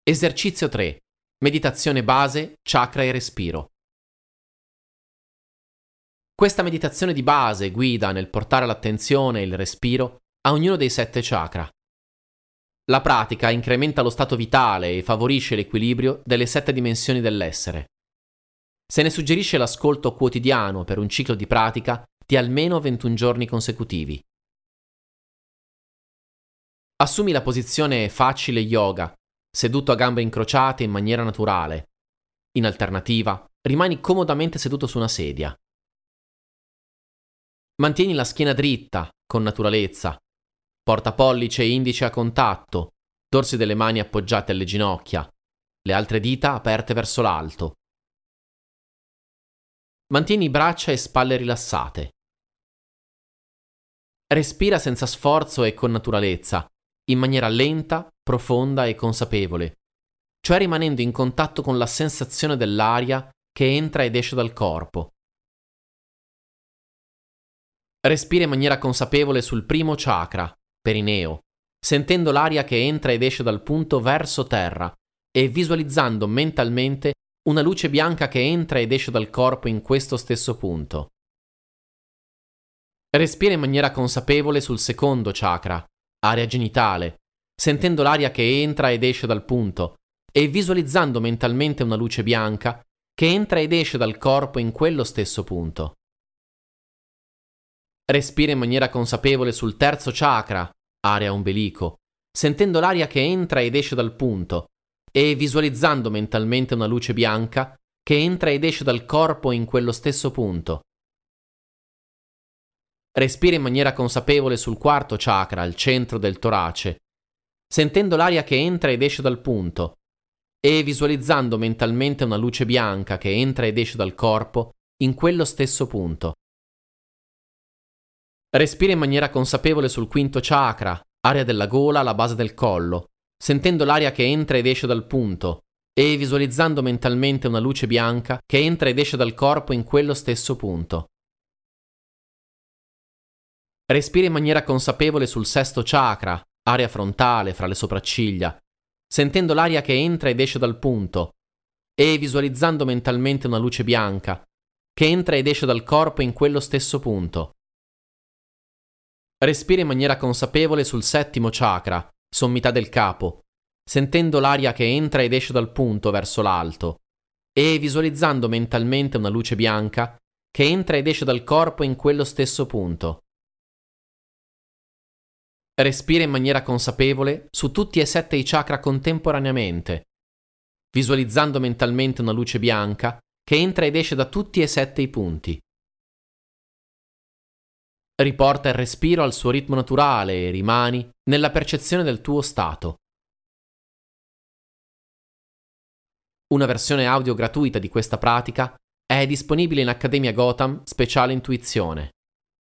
Esercizio 3. Meditazione base, chakra e respiro. Questa meditazione di base guida nel portare l'attenzione e il respiro a ognuno dei 7 chakra. La pratica incrementa lo stato vitale e favorisce l'equilibrio delle 7 dimensioni dell'essere. Se ne suggerisce l'ascolto quotidiano per un ciclo di pratica di almeno 21 giorni consecutivi. Assumi la posizione facile yoga, seduto a gambe incrociate in maniera naturale. In alternativa, rimani comodamente seduto su una sedia. Mantieni la schiena dritta, con naturalezza. Porta pollice e indice a contatto, dorsi delle mani appoggiate alle ginocchia, le altre dita aperte verso l'alto. Mantieni braccia e spalle rilassate. Respira senza sforzo e con naturalezza, in maniera lenta, profonda e consapevole, cioè rimanendo in contatto con la sensazione dell'aria che entra ed esce dal corpo. Respira in maniera consapevole sul primo chakra, perineo, sentendo l'aria che entra ed esce dal punto verso terra e visualizzando mentalmente una luce bianca che entra ed esce dal corpo in questo stesso punto. Respira in maniera consapevole sul secondo chakra, area genitale, sentendo l'aria che entra ed esce dal punto e visualizzando mentalmente una luce bianca che entra ed esce dal corpo in quello stesso punto. Respira in maniera consapevole sul terzo chakra, area ombelico, sentendo l'aria che entra ed esce dal punto e visualizzando mentalmente una luce bianca che entra ed esce dal corpo in quello stesso punto. Respira in maniera consapevole sul quarto chakra, al centro del torace, sentendo l'aria che entra ed esce dal punto e visualizzando mentalmente una luce bianca che entra ed esce dal corpo in quello stesso punto. Respira in maniera consapevole sul quinto chakra, area della gola alla base del collo, sentendo l'aria che entra ed esce dal punto e visualizzando mentalmente una luce bianca che entra ed esce dal corpo in quello stesso punto. Respira in maniera consapevole sul sesto chakra, area frontale fra le sopracciglia, sentendo l'aria che entra ed esce dal punto e visualizzando mentalmente una luce bianca che entra ed esce dal corpo in quello stesso punto. Respira in maniera consapevole sul settimo chakra, sommità del capo, sentendo l'aria che entra ed esce dal punto verso l'alto e visualizzando mentalmente una luce bianca che entra ed esce dal corpo in quello stesso punto. Respira in maniera consapevole su tutti e 7 i chakra contemporaneamente, visualizzando mentalmente una luce bianca che entra ed esce da tutti e 7 i punti. Riporta il respiro al suo ritmo naturale e rimani nella percezione del tuo stato. Una versione audio gratuita di questa pratica è disponibile in Accademia Gotham Speciale Intuizione.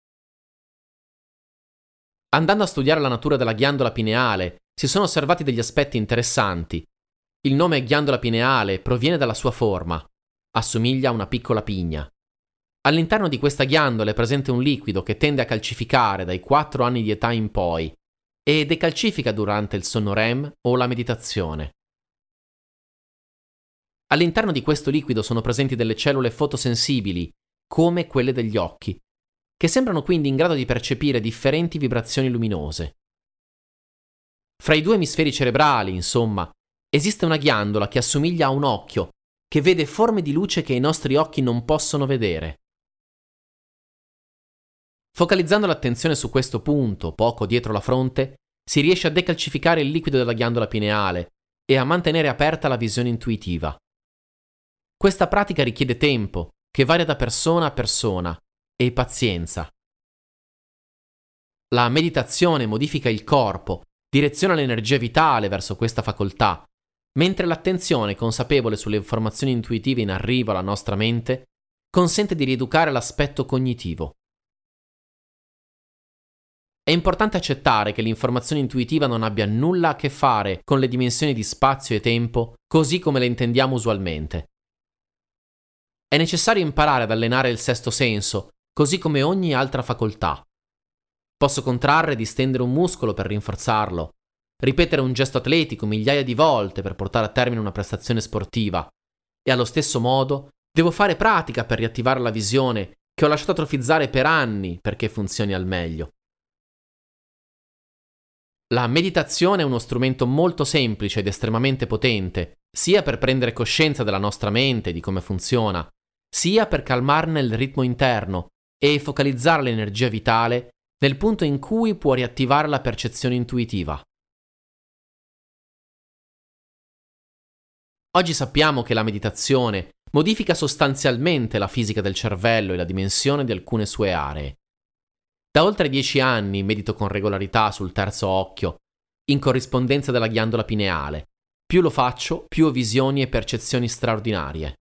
Andando a studiare la natura della ghiandola pineale, si sono osservati degli aspetti interessanti. Il nome ghiandola pineale proviene dalla sua forma. Assomiglia a una piccola pigna. All'interno di questa ghiandola è presente un liquido che tende a calcificare dai 4 anni di età in poi e decalcifica durante il sonno REM o la meditazione. All'interno di questo liquido sono presenti delle cellule fotosensibili, come quelle degli occhi, che sembrano quindi in grado di percepire differenti vibrazioni luminose. Fra i 2 emisferi cerebrali, insomma, esiste una ghiandola che assomiglia a un occhio, che vede forme di luce che i nostri occhi non possono vedere. Focalizzando l'attenzione su questo punto, poco dietro la fronte, si riesce a decalcificare il liquido della ghiandola pineale e a mantenere aperta la visione intuitiva. Questa pratica richiede tempo, che varia da persona a persona, e pazienza. La meditazione modifica il corpo, direziona l'energia vitale verso questa facoltà, mentre l'attenzione consapevole sulle informazioni intuitive in arrivo alla nostra mente consente di rieducare l'aspetto cognitivo. È importante accettare che l'informazione intuitiva non abbia nulla a che fare con le dimensioni di spazio e tempo così come le intendiamo usualmente. È necessario imparare ad allenare il sesto senso, così come ogni altra facoltà. Posso contrarre e distendere un muscolo per rinforzarlo, ripetere un gesto atletico migliaia di volte per portare a termine una prestazione sportiva, e allo stesso modo devo fare pratica per riattivare la visione che ho lasciato atrofizzare per anni perché funzioni al meglio. La meditazione è uno strumento molto semplice ed estremamente potente, sia per prendere coscienza della nostra mente e di come funziona, sia per calmarne il ritmo interno e focalizzare l'energia vitale nel punto in cui può riattivare la percezione intuitiva. Oggi sappiamo che la meditazione modifica sostanzialmente la fisica del cervello e la dimensione di alcune sue aree. Da oltre 10 anni medito con regolarità sul terzo occhio, in corrispondenza della ghiandola pineale. Più lo faccio, più ho visioni e percezioni straordinarie.